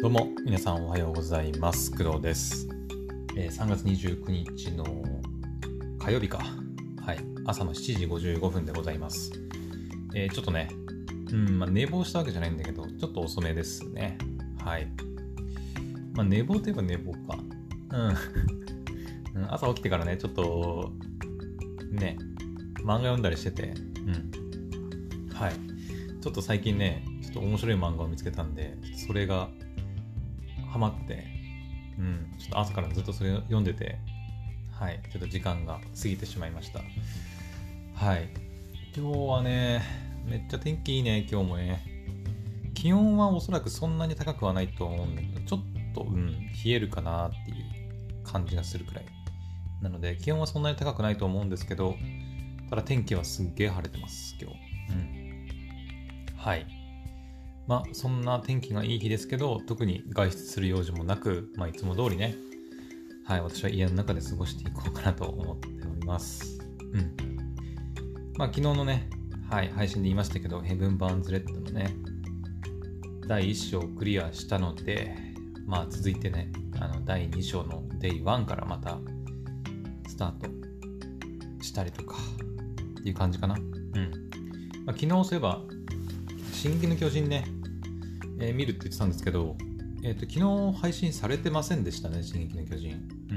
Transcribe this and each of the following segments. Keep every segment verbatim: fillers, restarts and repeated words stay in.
どうも皆さんおはようございます。工藤です。えー、さんがつにじゅうくにちの火曜日か。はい、朝のしちじごじゅうごふんでございます。えー、ちょっとね、うんまあ、寝坊したわけじゃないんだけど、ちょっと遅めですね。はい。まあ、寝坊といえば寝坊か。うん。朝起きてからね、ちょっとね、漫画読んだりしてて、うん。はい。ちょっと最近ね、ちょっと面白い漫画を見つけたんで、それがハマって、うん、ちょっと朝からずっとそれを読んでて、はい、ちょっと時間が過ぎてしまいました。はい。今日はね、めっちゃ天気いいね、今日もね。気温はおそらくそんなに高くはないと思うんだけど、ちょっと、うん、冷えるかなっていう感じがするくらい。なので、気温はそんなに高くないと思うんですけど、ただ天気はすっげー晴れてます、今日。うん。はい。まあそんな天気がいい日ですけど、特に外出する用事もなく、まあいつも通りね、はい私は家の中で過ごしていこうかなと思っております。うん。まあ昨日のね、はい配信で言いましたけど、ヘブン・バーンズ・レッドのね、だいいっ章をクリアしたので、まあ続いてね、あのだいに章のデイワンからまたスタートしたりとかっていう感じかな。うん。まあ、昨日そういえば進撃の巨人ね、えー、見るって言ってたんですけど、えーと、昨日配信されてませんでしたね、進撃の巨人。うん。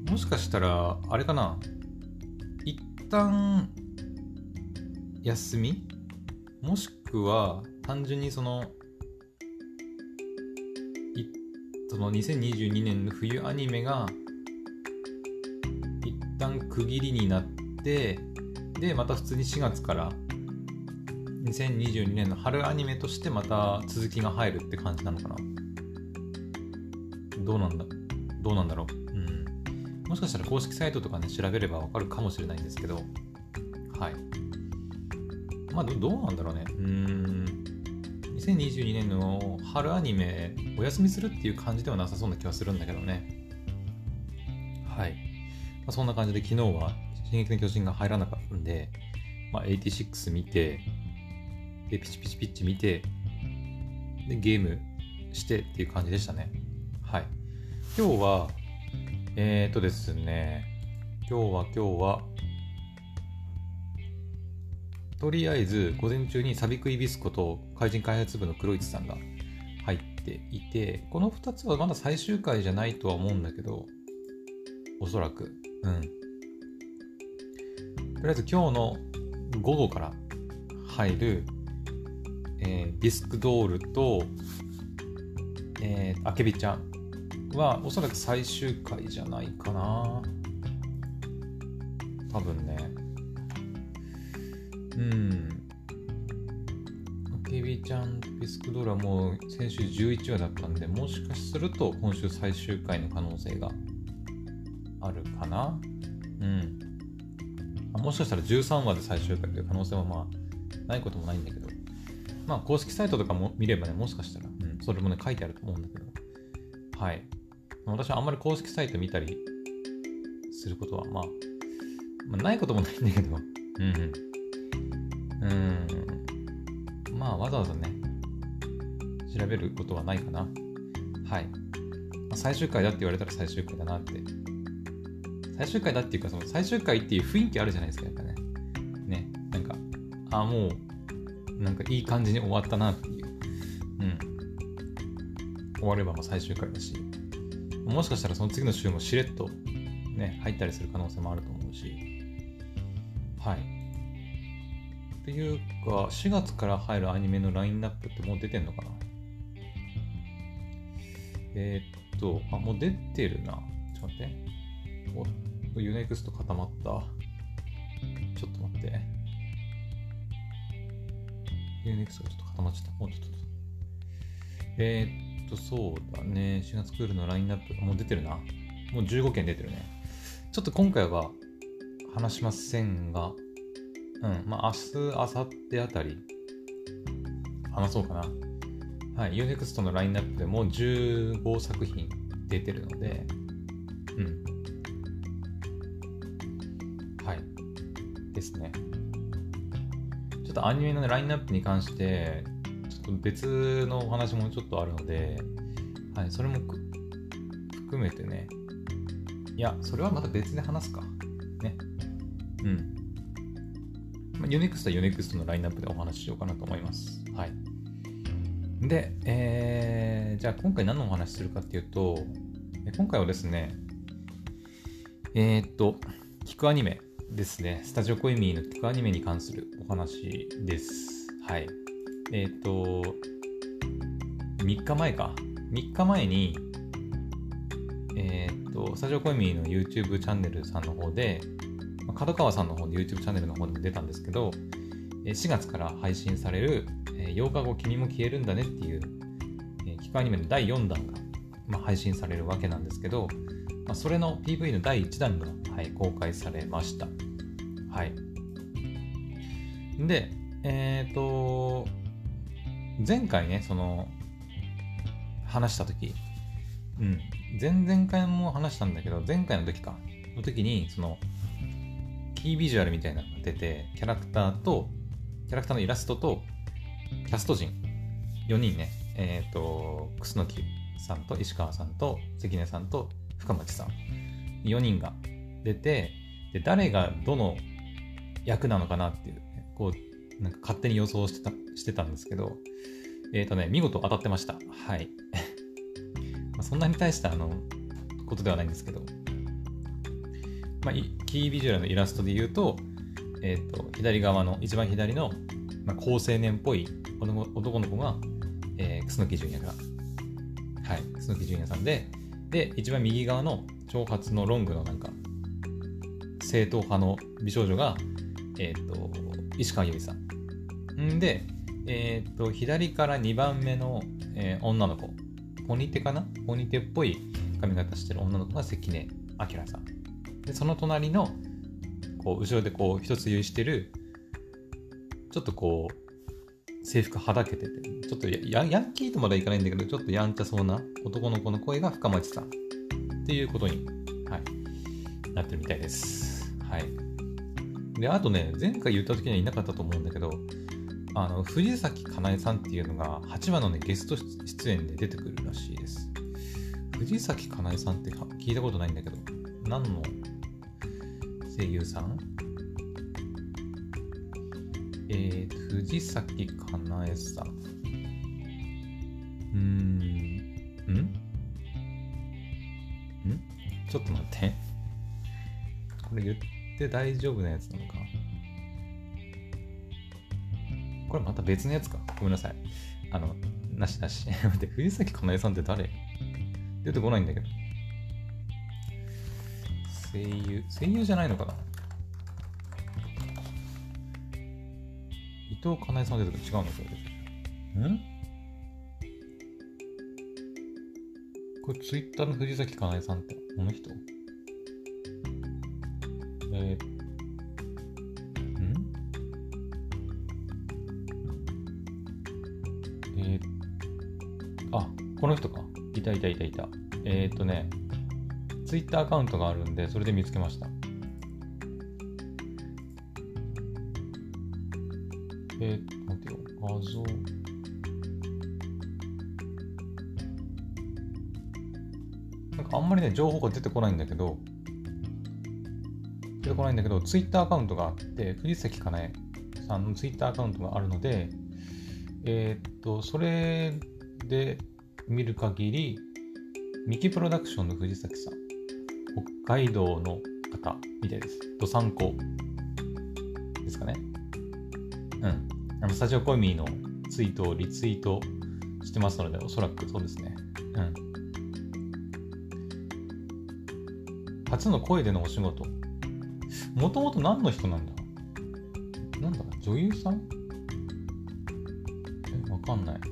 もしかしたら、あれかな、一旦休みもしくは、単純にその、いそのにせんにじゅうにねんの冬アニメが、一旦区切りになって、で、また普通にしがつから、にせんにじゅうにねんの春アニメとしてまた続きが入るって感じなのかな。どうなんだどうなんだろう。うん。もしかしたら公式サイトとかね調べればわかるかもしれないんですけど、はい。まあ ど, どうなんだろうね。うーん。にせんにじゅうにねんの春アニメお休みするっていう感じではなさそうな気はするんだけどね。はい。まあ、そんな感じで昨日は進撃の巨人が入らなかったんで、まあ、はちじゅうろく見て。でピチピチピチ見てでゲームしてっていう感じでしたね。はい。今日はえー、っとですね今日は今日はとりあえず午前中にサビクイビスコと怪人開発部の黒市さんが入っていて、このふたつはまだ最終回じゃないとは思うんだけど、おそらくうんとりあえず今日の午後から入るえー、ディスクドールと、えー、アケビちゃんはおそらく最終回じゃないかな。多分ね。うん。アケビちゃんとディスクドールはもう先週じゅういちわだったんで、もしかすると今週最終回の可能性があるかな。うん。もしかしたらじゅうさんわで最終回という可能性はまあないこともないんだけど、まあ公式サイトとかも見ればね、もしかしたら、うん、それもね書いてあると思うんだけど、はい。私はあんまり公式サイト見たりすることは、まあ、まあ、ないこともないんだけど、うん、うん、うん、まあわざわざね調べることはないかな。はい。まあ、最終回だって言われたら最終回だなって。最終回だっていうか、その最終回っていう雰囲気あるじゃないですか、やっぱね。ね、なんか、あ、もう。なんかいい感じに終わったなっていう、うん、終わればもう最終回だし、もしかしたらその次の週もしれっとね入ったりする可能性もあると思うし、はい。っていうかしがつから入るアニメのラインナップってもう出てんのかな。えー、っとあもう出てるな。ちょっと待って、おユネクスト固まった。ちょっと待って、ユーネクストがちょっと固まっちゃった。もうちょっと。えー、っと、そうだね。しがつクールのラインナップ、もう出てるな。もうじゅうごけん出てるね。ちょっと今回は話しませんが、うん、まあ明日、明後日あたり話そうかな。はい、ユーネクストのラインナップでもうじゅうごさく品出てるので、うん。はい。ですね。ちょっとアニメのラインナップに関して、ちょっちょっと別のお話もちょっとあるので、はい、それも含めてね、いや、それはまた別で話すか。ね。うん。まあ、ユネクストはユネクストのラインナップでお話ししようかなと思います。はい。で、えー、じゃあ今回何のお話しするかっていうと、今回はですね、えー、っと、聞くアニメですね。スタジオコイミーの聞くアニメに関するお話です。はい。えー、っと、みっかまえか。みっかまえに、えー、っと、スタジオコイミーの YouTube チャンネルさんの方で、角川さんの方の YouTube チャンネルの方に出たんですけど、しがつから配信されるようかご君も消えるんだねっていう聞くアニメのだいよんだんが、まあ、配信されるわけなんですけど、まあ、それの ピーブイ のだいいちだんが、はい、公開されました。はい。で、えっと、前回ね、その、話したとき、うん、前々回も話したんだけど、前回の時か、の時に、その、キービジュアルみたいなのが出て、キャラクターと、キャラクターのイラストと、キャスト陣、よにんね、えっと、楠木さんと石川さんと関根さんと深町さん、よにんが出て、で、誰がどの役なのかなっていう、ね、こう、なんか勝手に予想してた、してたんですけど、えっとね、見事当たってました。はい。まあそんなに大したあの、ことではないんですけど、まあ、キービジュアルのイラストで言うと、えっと、左側の、一番左の、まあ、高青年っぽい男の子が、えー、楠木純也が、はい、楠木純也さんで、で、一番右側の長髪のロングのなんか、正統派の美少女が、えっと、石川由依さん。んで、えっと、左からにばんめの、えー、女の子、ポニテかなポニテっぽい髪型してる女の子が関根明さん。で、その隣の、こう、後ろでこう、一つ酔いしてる、ちょっとこう、制服はだけてて、ちょっと ヤ, ヤンキーとまではいかないんだけど、ちょっとやんちゃそうな男の子の声が深町さんっていうことに、はい、なってるみたいです。はい。で、あとね、前回言った時にはいなかったと思うんだけど、あの、藤崎かなえさんっていうのがはちわのね、ゲスト出演で出てくるらしいです。藤崎かなえさんって聞いたことないんだけど、何の声優さん？えー、藤崎かなえさん。うーん。んんちょっと待って。これ言って大丈夫なやつなのか。これまた別のやつか。ごめんなさい。あの、なしなし。待って、藤崎かなえさんって誰？出てこないんだけど。声優、声優じゃないのかな？伊藤かなえさん出てくる。違うのこれ。んこれツイッターの藤崎かなえさんってこの人？えー、んえー、あ、この人か。いたいたいたいた。えーっとね、ツイッターアカウントがあるんで、それで見つけました。えー、待ってよ、画像。なんかあんまりね、情報が出てこないんだけど、出てこないんだけど、ツイッターアカウントがあって、藤崎かなえさんのツイッターアカウントがあるので、えー、っと、それで見る限り、ミキプロダクションの藤崎さん、北海道の方みたいです。どさんこですかね。うん。あのスタジオコイミーのツイートをリツイートしてますので、おそらくそうですね。うん。初の声でのお仕事。もともと何の人なんだ？なんだ女優さん？え、わかんない。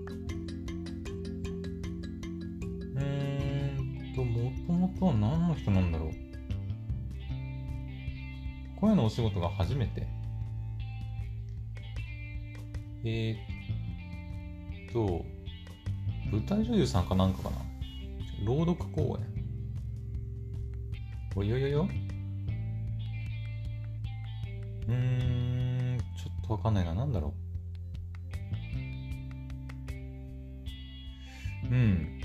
うーんと、もともとは何の人なんだろう。声のお仕事が初めて。えー、っと、舞台女優さんかなんかかな。朗読公演。およよようーん、ちょっとわかんないな。なんだろう。 うん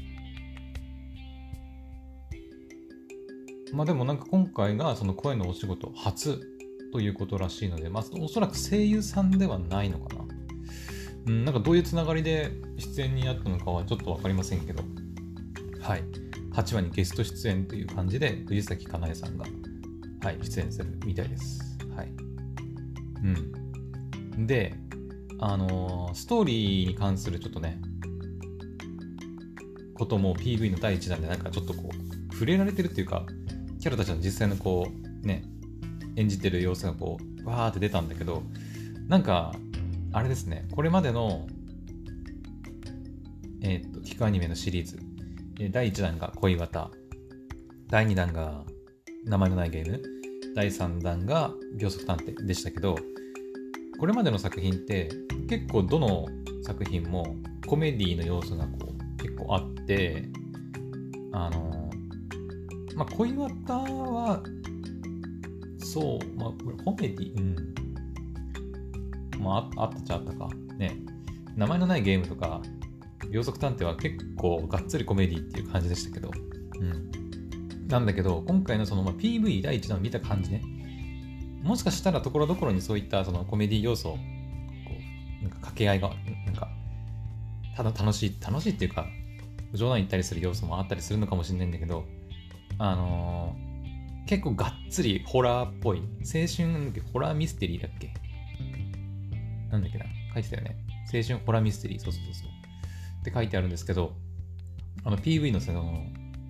まあでもなんか今回がその声のお仕事初ということらしいので、まあおそらく声優さんではないのかな。うん、なんかどういうつながりで出演になったのかはちょっとわかりませんけど、はい。はちわにゲスト出演という感じで藤崎かなえさんが、はい、出演するみたいです。はい。うん。で、あのーストーリーに関するちょっとね、ことも ピーブイ のだいいちだんでなんかちょっとこう、触れられてるっていうか、キャラたちの実際のこう、ね、演じてる様子がこう、わーって出たんだけど、なんか、あれですね、これまでの、えーっと、聞くアニメのシリーズ、だいいちだんが恋綿、だいにだんが名前のないゲーム、だいさんだんが秒速探偵でしたけど、これまでの作品って結構どの作品もコメディの要素がこう結構あって、あのまあ恋綿はそう、まあコメディ、うんまああったっちゃあったかね。名前のないゲームとか秒速探偵は結構がっつりコメディっていう感じでしたけど、うん、なんだけど今回のその、まあ、ピーブイ だいいちだんを見た感じね、もしかしたらところどころにそういったそのコメディ要素こうなんか掛け合いがなんかただ楽しい楽しいっていうか冗談言ったりする要素もあったりするのかもしれないんだけど、あのー、結構がっつりホラーっぽい青春なんだっけ、ホラーミステリーだっけ、なんだっけな、書いてたよね、青春ホラーミステリー、そうそうそうそうって書いてあるんですけど、あの ピーブイ のその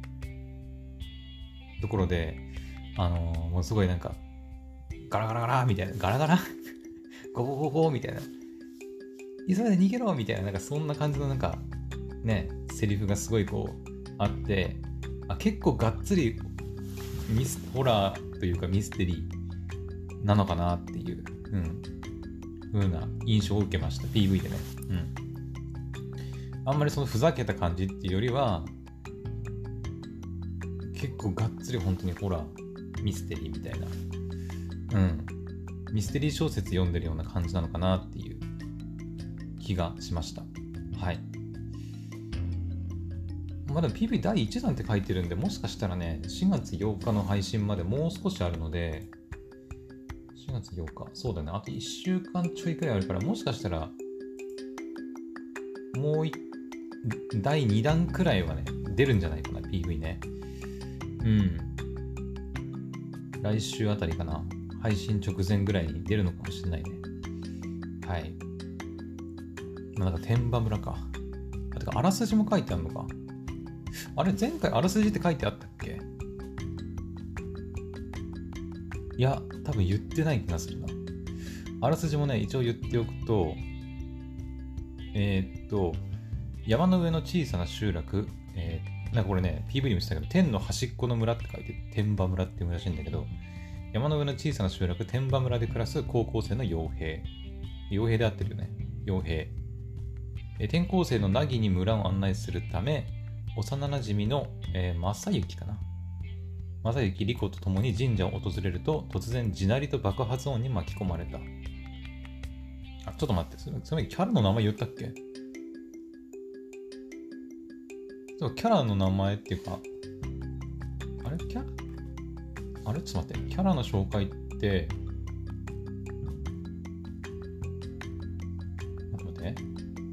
ところで、あのー、もうすごいなんかガラガラガラみたいな、ガラガラゴゴゴゴみたいな、急いで逃げろみたいな、なんかそんな感じのなんかねセリフがすごいこうあって、あ結構がっつりミスホラーというかミステリーなのかなっていう、うん、風な印象を受けました ピーブイ でね。うん。あんまりそのふざけた感じっていうよりは結構がっつり本当にホラーミステリーみたいな、うんミステリー小説読んでるような感じなのかなっていう気がしました。はい。まだ ピーブイ だいいちだんって書いてるんで、もしかしたらねしがつようかの配信までもう少しあるので、しがつようか、そうだね、あといっしゅうかんちょいくらいあるから、もしかしたらもうだいにだんくらいはね出るんじゃないかな ピーブイ ね。うん来週あたりかな、配信直前ぐらいに出るのかもしれないね。はい。まあ、なんか天馬村か。あ、てかあらすじも書いてあるのか。あれ前回あらすじって書いてあったっけ？いや多分言ってない気がするな。あらすじもね一応言っておくと、えー、っと山の上の小さな集落、えー、なんかこれね ピーブイ にもしたけど、天の端っこの村って書いて天馬村っていう村らしいんだけど、山の上の小さな集落天馬村で暮らす高校生の傭兵、傭兵で合ってるよね、傭兵。え転校生の凪に村を案内するため、幼なじみの、えー、正幸かな、正幸莉子と共に神社を訪れると、突然地鳴りと爆発音に巻き込まれた。あ、ちょっと待って、それそれキャラの名前言ったっけ？そうキャラの名前っていうか、あれキャラあれちょっと待って、キャラの紹介って待って待って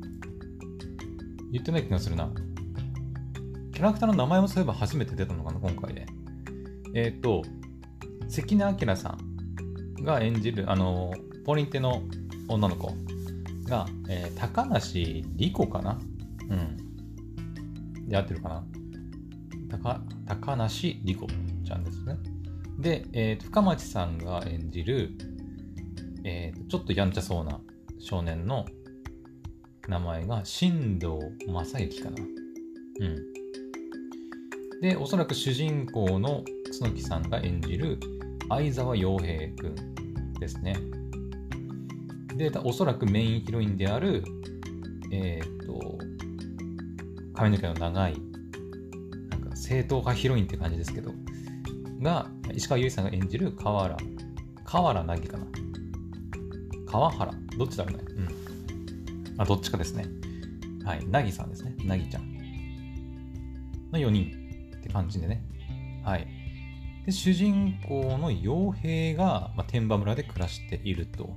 言ってない気がするな。キャラクターの名前もそういえば初めて出たのかな今回で。えっ、ー、と関根明さんが演じるあのポリンテの女の子が、えー、高梨莉子かな、うんで合ってるかな、高高梨莉子ちゃんですね。で、えー、深町さんが演じる、えー、ちょっとやんちゃそうな少年の名前が新藤正幸かな。うん。で、おそらく主人公の楠木さんが演じる相沢洋平くんですね。で、おそらくメインヒロインである、えっと、髪の毛の長い、なんか正統派ヒロインって感じですけど、が、石川由依さんが演じる河原、河原凪かな。川原、どっちだろうね。うん。あ、どっちかですね。はい、凪さんですね。凪ちゃん。 のよにんって感じでね。はい。で、主人公の傭兵が、まあ、天馬村で暮らしていると。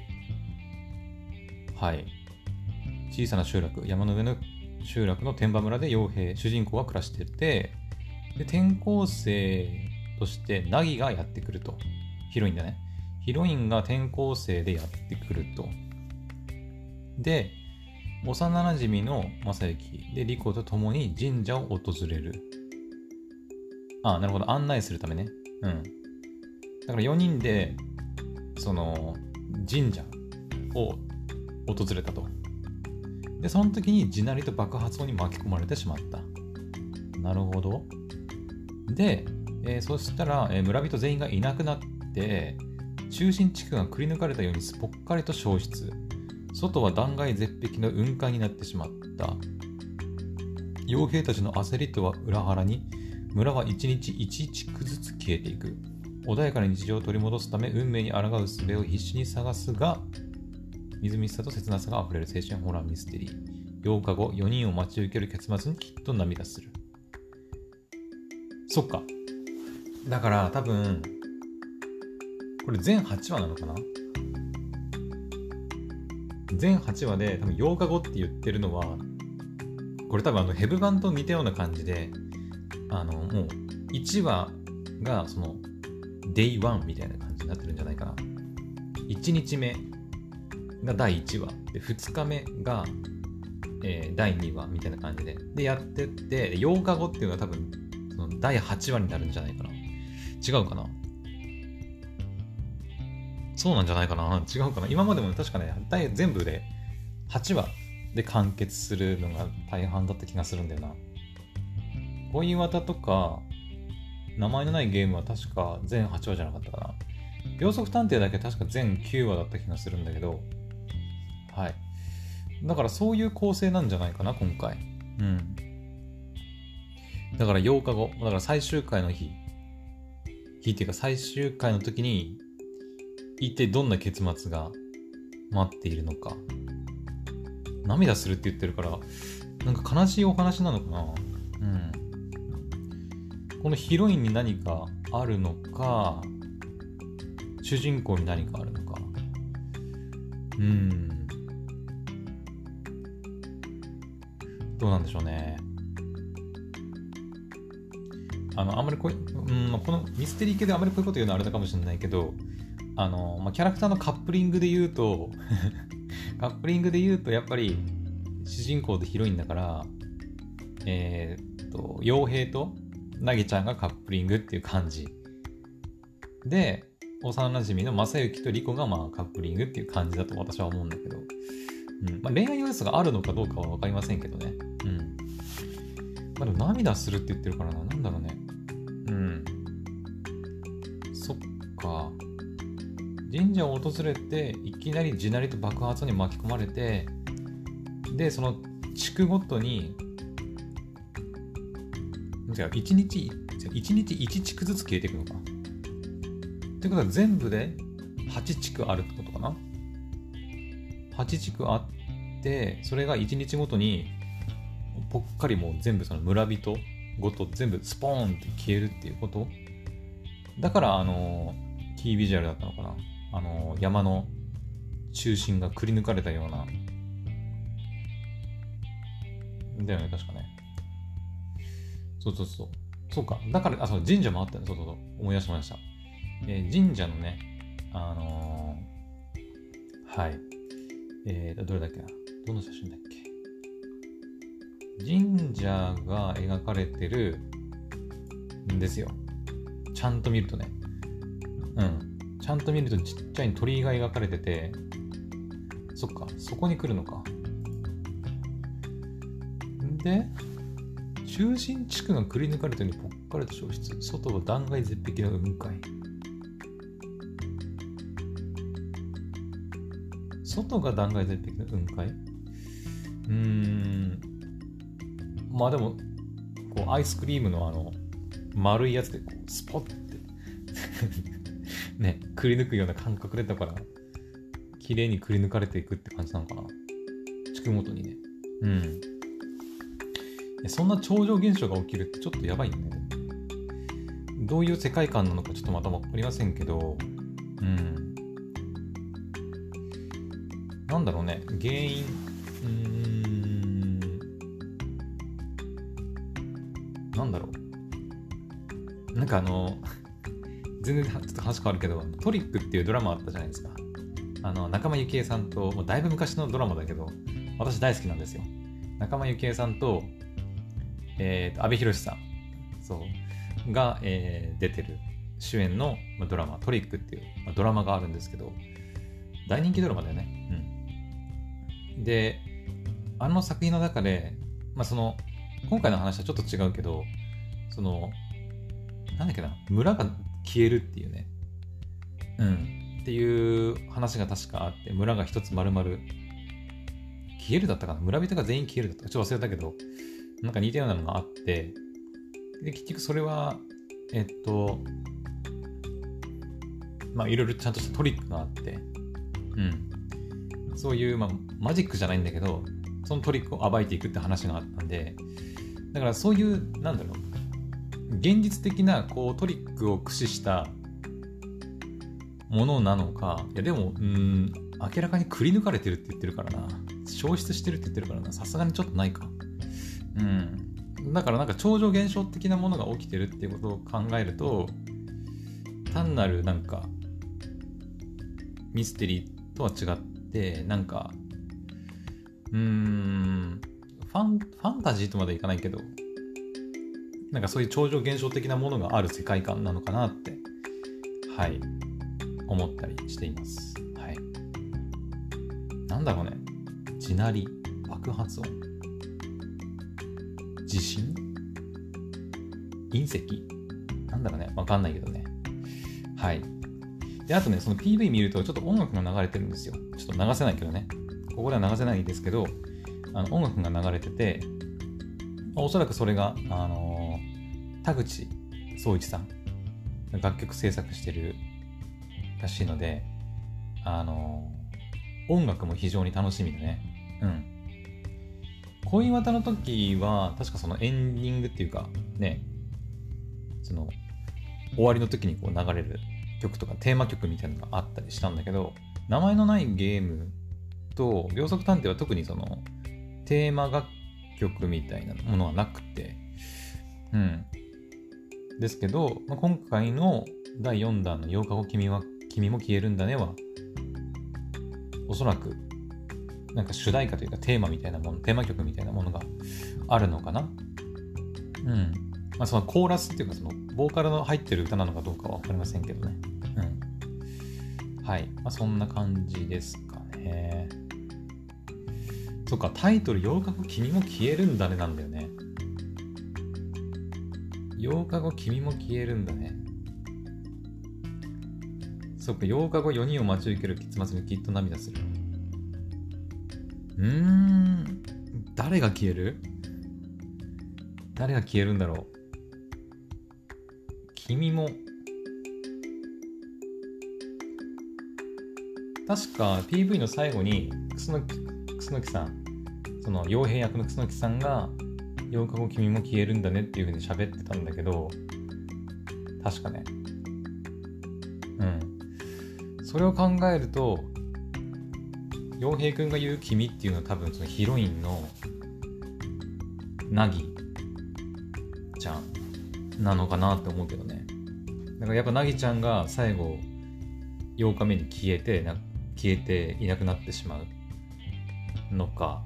はい。小さな集落、山の上の集落の天馬村で傭兵、主人公が暮らしてて、で、転校生としてナギがやってくると。ヒロインだね。ヒロインが転校生でやってくると。で、幼馴染の正幸でリコと共に神社を訪れる。あ、なるほど。案内するためね。うん。だからよにんで、その、神社を訪れたと。で、その時に地鳴りと爆発音に巻き込まれてしまった。なるほど。で、えー、そしたら、えー、村人全員がいなくなって、中心地区がくり抜かれたようにぽっかりと消失。外は断崖絶壁の雲海になってしまった。傭兵たちの焦りとは裏腹に、村は一日一地区ずつ消えていく。穏やかな日常を取り戻すため、運命に抗う術を必死に探すが、みずみずしさと切なさがあふれる青春ホラーミステリー。ようかご、よにんを待ち受ける結末にきっと涙する。そっか。だから多分、これ全はちわなのかな？全はちわで多分ようかごって言ってるのは、これ多分あのヘブ版と似たような感じで、あのもういちわがそのデイワンみたいな感じになってるんじゃないかな。いちにちめがだいいちわでふつかめが、えー、だいにわみたいな感じででやってって、ようかごっていうのは多分そのだいはちわになるんじゃないかな。違うかな。そうなんじゃないかな。違うかな。今までも確かね、全部ではちわで完結するのが大半だった気がするんだよな。ゴイワタとか名前のないゲームは確か全はちわじゃなかったかな。秒速探偵だけ確か全きゅうわだった気がするんだけど、はい。だからそういう構成なんじゃないかな、今回。うん。だからようかご、だから最終回の日、日っていうか最終回の時に、一体どんな結末が待っているのか。涙するって言ってるから、なんか悲しいお話なのかな。うん。このヒロインに何かあるのか、主人公に何かあるのか。うん。どうなんでしょうね。あの、あんまりこう、うん、このミステリー系であまりこういうこと言うのはあれだかもしれないけど、あの、まあ、キャラクターのカップリングで言うと、カップリングで言うと、やっぱり主人公とヒロインだから、えー、っと、傭兵とナギちゃんがカップリングっていう感じ。で、幼馴染の正幸とリコがまあカップリングっていう感じだと私は思うんだけど、うんまあ、恋愛要素があるのかどうかは分かりませんけどね。うん。まあ、でも涙するって言ってるからな。なんだろうね。うん。そっか。神社を訪れて、いきなり地鳴りと爆発に巻き込まれて、で、その地区ごとに、違う、一日、一日一地区ずつ消えていくのか。ってことは全部ではち地区あるってことかな。はち地区あって、それがいちにちごとにぽっかりもう全部その村人ごと全部スポーンって消えるっていうこと。だからあのキービジュアルだったのかな。あの山の中心がくり抜かれたようなだよね、確かね。そうそうそう。そうか。だから、あ、そう、神社もあったね。そうそうそう。思い出しました。えー、神社のね、あのー、はい。えーと、どれだっけな。どの写真だっけ。神社が描かれてるんですよ。ちゃんと見るとね。うん。ちゃんと見るとちっちゃい鳥居が描かれてて、そっか、そこに来るのか。で、中心地区がくり抜かれたようにぽっかりと消失。外は断崖絶壁の雲海。外が断崖絶壁の雲海？うーん。まあでも、こうアイスクリームのあの、丸いやつでこうスポッてね、くり抜くような感覚でだから、綺麗にくり抜かれていくって感じなのかな。地区ごとにね。うん。 そんな超常現象が起きるってちょっとやばいよね。どういう世界観なのかちょっとまた分かりませんけど、うん。なんだろうね、原因、うーん、なんだろう。なんかあの、全然ちょっと話変わるけど、トリックっていうドラマあったじゃないですか。あの、仲間由紀恵さんと、もうだいぶ昔のドラマだけど、私大好きなんですよ。仲間由紀恵さんと、えーと、阿部寛さん、そう、が、えー、出てる主演のドラマ、トリックっていうドラマがあるんですけど、大人気ドラマだよね。うん。で、あの作品の中で、まあその、今回の話はちょっと違うけど、その、なんだっけな、村が消えるっていうね、うん、っていう話が確かあって、村が一つ丸々消えるだったかな、村人が全員消えるだったか、ちょっと忘れたけど、なんか似たようなのがあって、で、結局それは、えっと、まあいろいろちゃんとしたトリックがあって、うん、そういう、まあ、マジックじゃないんだけど、そのトリックを暴いていくって話があったんで、だからそういう、なんだろう、現実的なこうトリックを駆使したものなのか、いやでも、うーん、明らかにくり抜かれてるって言ってるからな、消失してるって言ってるからな、さすがにちょっとないか。うん。だからなんか超常現象的なものが起きてるっていうことを考えると、単なるなんかミステリーとは違って、なんか、うーん、ファン、ファンタジーとまでいかないけど、なんかそういう超常現象的なものがある世界観なのかなって、はい、思ったりしています。はい。なんだろうね。地鳴り、爆発音、地震、隕石、なんだろうね。わかんないけどね。はい。で、あとね、その ピーブイ 見るとちょっと音楽が流れてるんですよ。ちょっと流せないけどね。ここでは流せないですけど、あの音楽が流れてて、おそらくそれが、あのー、田口壮一さんが楽曲制作してるらしいので、あのー、音楽も非常に楽しみでね。うん。恋綿の時は、確かそのエンディングっていうか、ね、その、終わりの時にこう流れる曲とかテーマ曲みたいなのがあったりしたんだけど、名前のないゲームと秒速探偵は特にそのテーマ楽曲みたいなものはなくて、うん。ですけど、まあ、今回のだいよんだんのようかご君は君も消えるんだねは、おそらくなんか主題歌というかテーマみたいなもの、テーマ曲みたいなものがあるのかな。うん。まあそのコーラスっていうかそのボーカルの入ってる歌なのかどうかはわかりませんけどね。うん。はい。まあそんな感じですかね。そっか、タイトルようかご君も消えるんだねなんだよね。ようかご君も消えるんだね。そっか、ようかごよにんを待ち受ける結末にきっと涙する。うーん。誰が消える？誰が消えるんだろう。君も。確か ピーブイ の最後に楠木、楠木さん、その傭兵役の楠木さんがようかご君も消えるんだねっていう風に喋ってたんだけど、確かね。うん。それを考えると、傭兵くんが言う君っていうのは多分そのヒロインのナギちゃんなのかなって思うけどね。だからやっぱナギちゃんが最後ようかめに消えてな消えていなくなってしまうのか。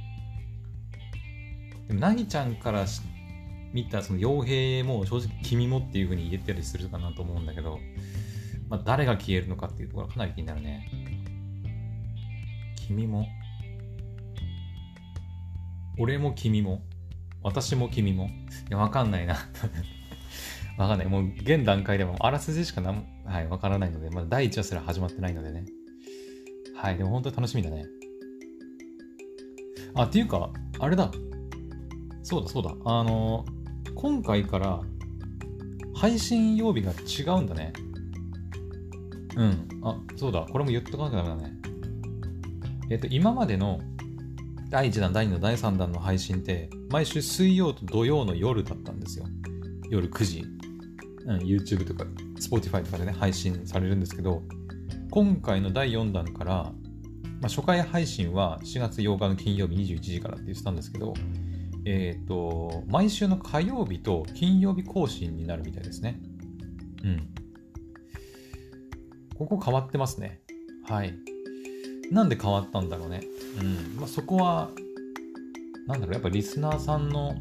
でもナギちゃんから見たその傭兵も正直君もっていう風に言えたりするかなと思うんだけど、まあ、誰が消えるのかっていうところがかなり気になるね。君も、俺も君も、私も君も。いや、わかんないな。わかんない。もう現段階でもあらすじしかなん、はい、わからないので、まだだいいちわすら始まってないのでね。はい、でも本当に楽しみだね。あ、っていうか、あれだ。そうだそうだ。あの、今回から配信曜日が違うんだね。うん。あ、そうだ。これも言っとかなきゃダメだね。えっと、今までのだいいちだん、だいにだん、だいさんだんの配信って毎週水曜と土曜の夜だったんですよ。夜くじ、うん、YouTube とか Spotify とかでね配信されるんですけど、今回のだいよんだんから、まあ、初回配信はしがつようかの金曜日にじゅういちじからって言ってたんですけど、えっと毎週の火曜日と金曜日更新になるみたいですね。うん。ここ変わってますね。はい。なんで変わったんだろうね。うん。まあ、そこはなんだろう、やっぱリスナーさんの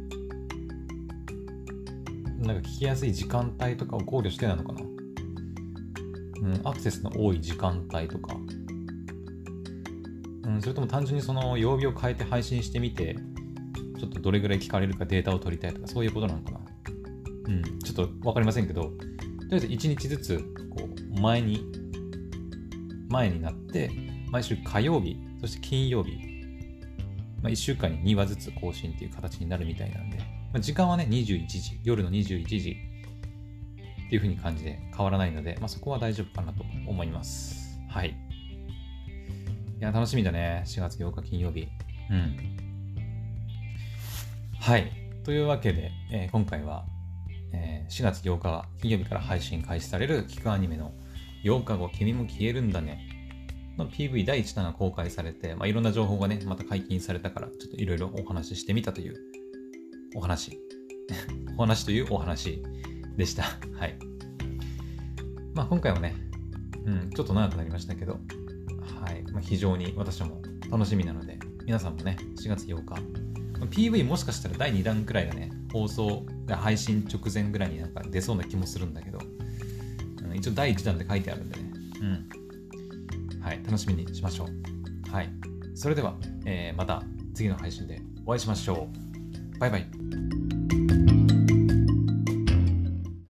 なんか聞きやすい時間帯とかを考慮してなのかな。うん、アクセスの多い時間帯とか、うん、それとも単純にその曜日を変えて配信してみて、ちょっとどれぐらい聞かれるかデータを取りたいとか、そういうことなのかな。うん、ちょっとわかりませんけど、とりあえずいちにちずつこう前に前になって毎週火曜日そして金曜日、まあ、いっしゅうかんににわずつ更新っていう形になるみたいなんで、まあ、時間はねにじゅういちじ、夜のにじゅういちじっていう風に感じで変わらないので、まあ、そこは大丈夫かなと思います。はい。いや楽しみだね。しがつようか金曜日。うん。はい。というわけで、えー、今回は、えー、しがつようか金曜日から配信開始される聞くアニメのようかご君も消えるんだねの ピーブイ だいいちだんが公開されて、まあ、いろんな情報がねまた解禁されたから、ちょっといろいろお話ししてみたというお話お話というお話でした。はい。まあ今回はね、うん、ちょっと長くなりましたけど、はい、まあ、非常に私も楽しみなので、皆さんもねしがつようか、ピーブイ もしかしたらだいにだんくらいがね放送が配信直前ぐらいになんか出そうな気もするんだけど、うん、一応だいいちだんで書いてあるんでね、うん、はい、楽しみにしましょう。はい、それでは、えー、また次の配信でお会いしましょう。バイバイ。